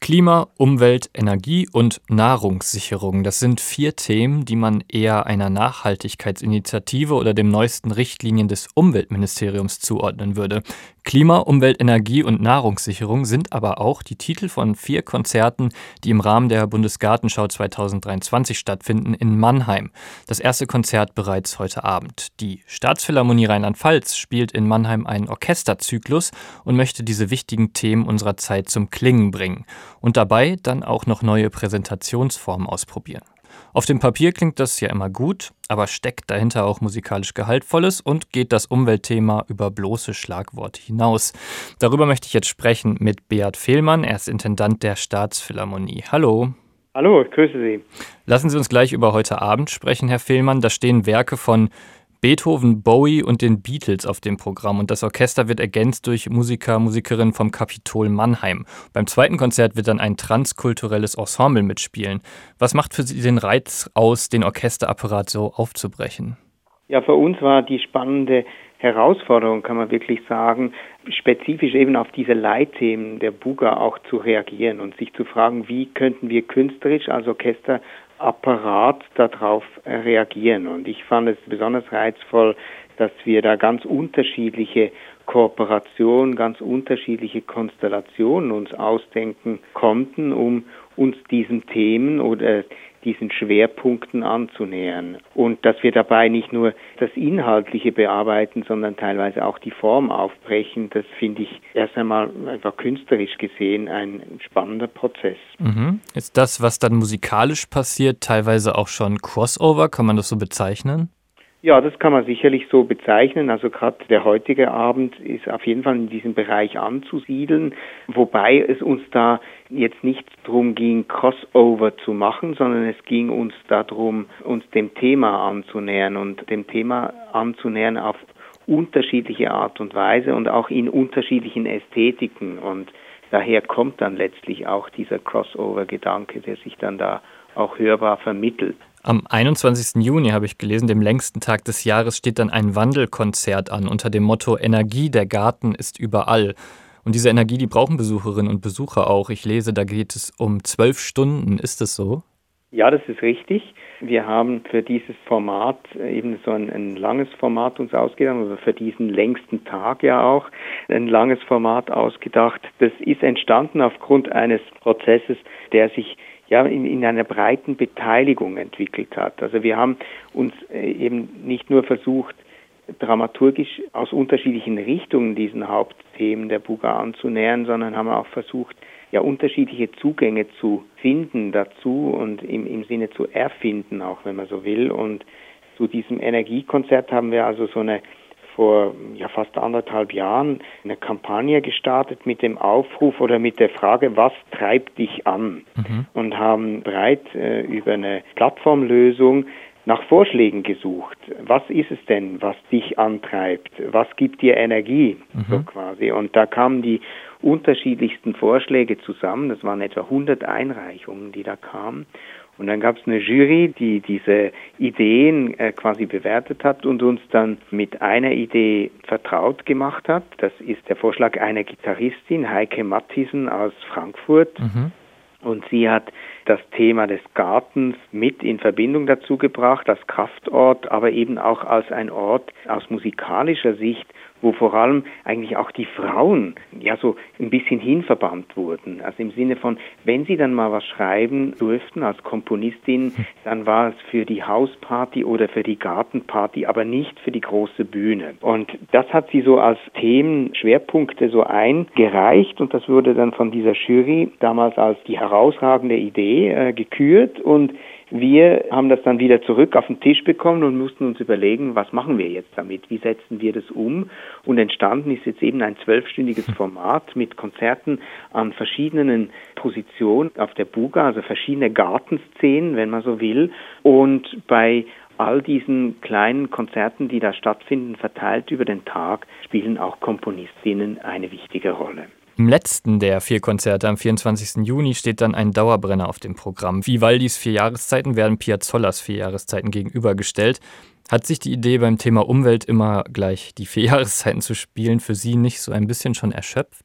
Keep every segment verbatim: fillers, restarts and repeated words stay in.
Klima, Umwelt, Energie und Nahrungssicherung. Das sind vier Themen, die man eher einer Nachhaltigkeitsinitiative oder dem neuesten Richtlinien des Umweltministeriums zuordnen würde. Klima, Umwelt, Energie und Nahrungssicherung sind aber auch die Titel von vier Konzerten, die im Rahmen der Bundesgartenschau zweitausenddreiundzwanzig stattfinden in Mannheim. Das erste Konzert bereits heute Abend. Die Staatsphilharmonie Rheinland-Pfalz spielt in Mannheim einen Orchesterzyklus und möchte diese wichtigen Themen unserer Zeit zum Klingen bringen. Und dabei dann auch noch neue Präsentationsformen ausprobieren. Auf dem Papier klingt das ja immer gut, aber steckt dahinter auch musikalisch Gehaltvolles und geht das Umweltthema über bloße Schlagworte hinaus. Darüber möchte ich jetzt sprechen mit Beat Fehlmann, er ist Intendant der Staatsphilharmonie. Hallo. Hallo, ich grüße Sie. Lassen Sie uns gleich über heute Abend sprechen, Herr Fehlmann. Da stehen Werke von Beethoven, Bowie und den Beatles auf dem Programm und das Orchester wird ergänzt durch Musiker, Musikerinnen vom Kapitol Mannheim. Beim zweiten Konzert wird dann ein transkulturelles Ensemble mitspielen. Was macht für Sie den Reiz aus, den Orchesterapparat so aufzubrechen? Ja, für uns war die spannende Herausforderung, kann man wirklich sagen, spezifisch eben auf diese Leitthemen der Buga auch zu reagieren und sich zu fragen, wie könnten wir künstlerisch als Orchesterapparat darauf reagieren. Und ich fand es besonders reizvoll, dass wir da ganz unterschiedliche Kooperationen, ganz unterschiedliche Konstellationen uns ausdenken konnten, um uns diesen Themen oder diesen Schwerpunkten anzunähern. Und dass wir dabei nicht nur das Inhaltliche bearbeiten, sondern teilweise auch die Form aufbrechen, das finde ich erst einmal einfach künstlerisch gesehen ein spannender Prozess. Mhm. Ist das, was dann musikalisch passiert, teilweise auch schon Crossover? Kann man das so bezeichnen? Ja, das kann man sicherlich so bezeichnen. Also gerade der heutige Abend ist auf jeden Fall in diesem Bereich anzusiedeln, wobei es uns da jetzt nicht darum ging, Crossover zu machen, sondern es ging uns darum, uns dem Thema anzunähern und dem Thema anzunähern auf unterschiedliche Art und Weise und auch in unterschiedlichen Ästhetiken. Und daher kommt dann letztlich auch dieser Crossover-Gedanke, der sich dann da auch hörbar vermittelt. Am einundzwanzigsten Juni, habe ich gelesen, dem längsten Tag des Jahres, steht dann ein Wandelkonzert an unter dem Motto Energie, der Garten ist überall. Und diese Energie, die brauchen Besucherinnen und Besucher auch. Ich lese, da geht es um zwölf Stunden. Ist das so? Ja, das ist richtig. Wir haben für dieses Format eben so ein, ein langes Format uns ausgedacht, also für diesen längsten Tag ja auch ein langes Format ausgedacht. Das ist entstanden aufgrund eines Prozesses, der sich ja in, in einer breiten Beteiligung entwickelt hat. Also wir haben uns eben nicht nur versucht, dramaturgisch aus unterschiedlichen Richtungen diesen Hauptthemen der Buga anzunähern, sondern haben auch versucht, ja unterschiedliche Zugänge zu finden dazu und im, im Sinne zu erfinden, auch wenn man so will. Und zu diesem Energiekonzert haben wir also so eine vor ja fast anderthalb Jahren eine Kampagne gestartet mit dem Aufruf oder mit der Frage, was treibt dich an? Mhm. Und haben breit äh, über eine Plattformlösung nach Vorschlägen gesucht. Was ist es denn, was dich antreibt? Was gibt dir Energie? Mhm. So quasi. Und da kamen die unterschiedlichsten Vorschläge zusammen. Das waren etwa hundert Einreichungen, die da kamen. Und dann gab es eine Jury, die diese Ideen äh, quasi bewertet hat und uns dann mit einer Idee vertraut gemacht hat. Das ist der Vorschlag einer Gitarristin, Heike Mathiesen aus Frankfurt. Mhm. Und sie hat das Thema des Gartens mit in Verbindung dazu gebracht, als Kraftort, aber eben auch als ein Ort aus musikalischer Sicht, wo vor allem eigentlich auch die Frauen ja so ein bisschen hinverbannt wurden. Also im Sinne von, wenn sie dann mal was schreiben durften als Komponistin, dann war es für die Hausparty oder für die Gartenparty, aber nicht für die große Bühne. Und das hat sie so als Themenschwerpunkte so eingereicht und das wurde dann von dieser Jury damals als die herausragende Idee äh, gekürt und wir haben das dann wieder zurück auf den Tisch bekommen und mussten uns überlegen, was machen wir jetzt damit, wie setzen wir das um? Und entstanden ist jetzt eben ein zwölfstündiges Format mit Konzerten an verschiedenen Positionen auf der Buga, also verschiedene Gartenszenen, wenn man so will. Und bei all diesen kleinen Konzerten, die da stattfinden, verteilt über den Tag, spielen auch Komponistinnen eine wichtige Rolle. Im letzten der vier Konzerte am vierundzwanzigsten Juni steht dann ein Dauerbrenner auf dem Programm. Vivaldis vier Jahreszeiten werden Piazzolas vier Jahreszeiten gegenübergestellt. Hat sich die Idee beim Thema Umwelt immer gleich die vier Jahreszeiten zu spielen für Sie nicht so ein bisschen schon erschöpft?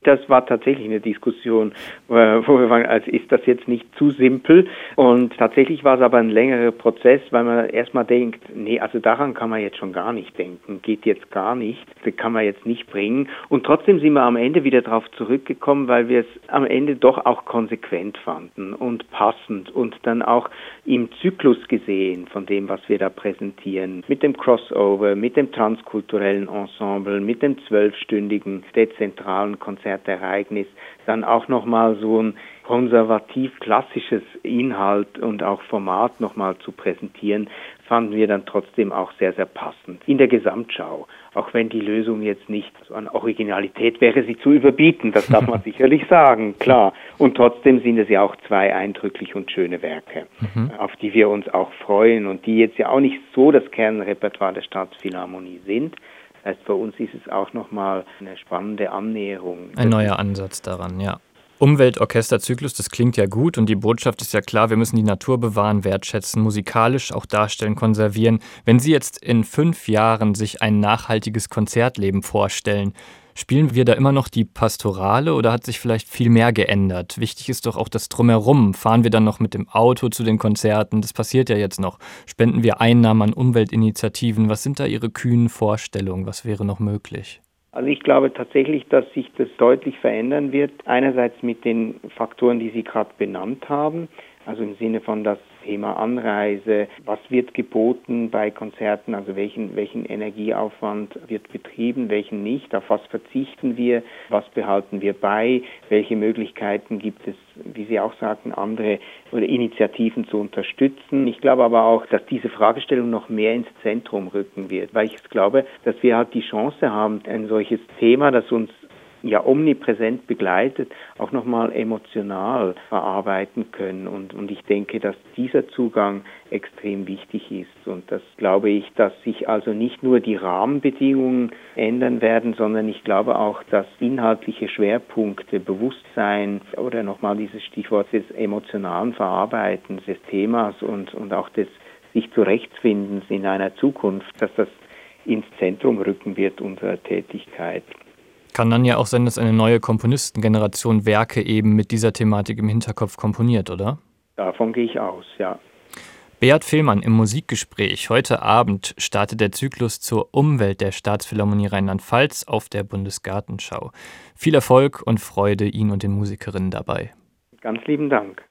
Das war tatsächlich eine Diskussion, wo wir waren, also ist das jetzt nicht zu simpel? Und tatsächlich war es aber ein längerer Prozess, weil man erstmal denkt, nee, also daran kann man jetzt schon gar nicht denken, geht jetzt gar nicht, das kann man jetzt nicht bringen. Und trotzdem sind wir am Ende wieder darauf zurückgekommen, weil wir es am Ende doch auch konsequent fanden und passend und dann auch im Zyklus gesehen von dem, was wir da präsentieren. Mit dem Crossover, mit dem transkulturellen Ensemble, mit dem zwölfstündigen dezentralen Konzert. Ereignis, dann auch nochmal so ein konservativ-klassisches Inhalt und auch Format nochmal zu präsentieren, fanden wir dann trotzdem auch sehr, sehr passend. In der Gesamtschau, auch wenn die Lösung jetzt nicht so an Originalität wäre, sie zu überbieten, das darf man sicherlich sagen, klar. Und trotzdem sind es ja auch zwei eindrücklich und schöne Werke, mhm. auf die wir uns auch freuen und die jetzt ja auch nicht so das Kernrepertoire der Staatsphilharmonie sind. Das heißt, für uns ist es auch nochmal eine spannende Annäherung. Ein neuer Ansatz daran, ja. Umweltorchesterzyklus, das klingt ja gut und die Botschaft ist ja klar, wir müssen die Natur bewahren, wertschätzen, musikalisch auch darstellen, konservieren. Wenn Sie jetzt in fünf Jahren sich ein nachhaltiges Konzertleben vorstellen, spielen wir da immer noch die Pastorale oder hat sich vielleicht viel mehr geändert? Wichtig ist doch auch das Drumherum. Fahren wir dann noch mit dem Auto zu den Konzerten? Das passiert ja jetzt noch. Spenden wir Einnahmen an Umweltinitiativen? Was sind da Ihre kühnen Vorstellungen? Was wäre noch möglich? Also ich glaube tatsächlich, dass sich das deutlich verändern wird. Einerseits mit den Faktoren, die Sie gerade benannt haben. Also im Sinne von das Thema Anreise, was wird geboten bei Konzerten, also welchen, welchen Energieaufwand wird betrieben, welchen nicht, auf was verzichten wir, was behalten wir bei, welche Möglichkeiten gibt es, wie Sie auch sagten, andere oder Initiativen zu unterstützen. Ich glaube aber auch, dass diese Fragestellung noch mehr ins Zentrum rücken wird, weil ich glaube, dass wir halt die Chance haben, ein solches Thema, das uns ja omnipräsent begleitet, auch nochmal emotional verarbeiten können. Und, und ich denke, dass dieser Zugang extrem wichtig ist. Und das glaube ich, dass sich also nicht nur die Rahmenbedingungen ändern werden, sondern ich glaube auch, dass inhaltliche Schwerpunkte, Bewusstsein oder nochmal dieses Stichwort des emotionalen Verarbeitens des Themas und, und auch des sich Zurechtfindens in einer Zukunft, dass das ins Zentrum rücken wird unserer Tätigkeit. Kann dann ja auch sein, dass eine neue Komponistengeneration Werke eben mit dieser Thematik im Hinterkopf komponiert, oder? Davon gehe ich aus, ja. Beat Fehlmann im Musikgespräch. Heute Abend startet der Zyklus zur Umwelt der Staatsphilharmonie Rheinland-Pfalz auf der Bundesgartenschau. Viel Erfolg und Freude Ihnen und den Musikerinnen dabei. Ganz lieben Dank.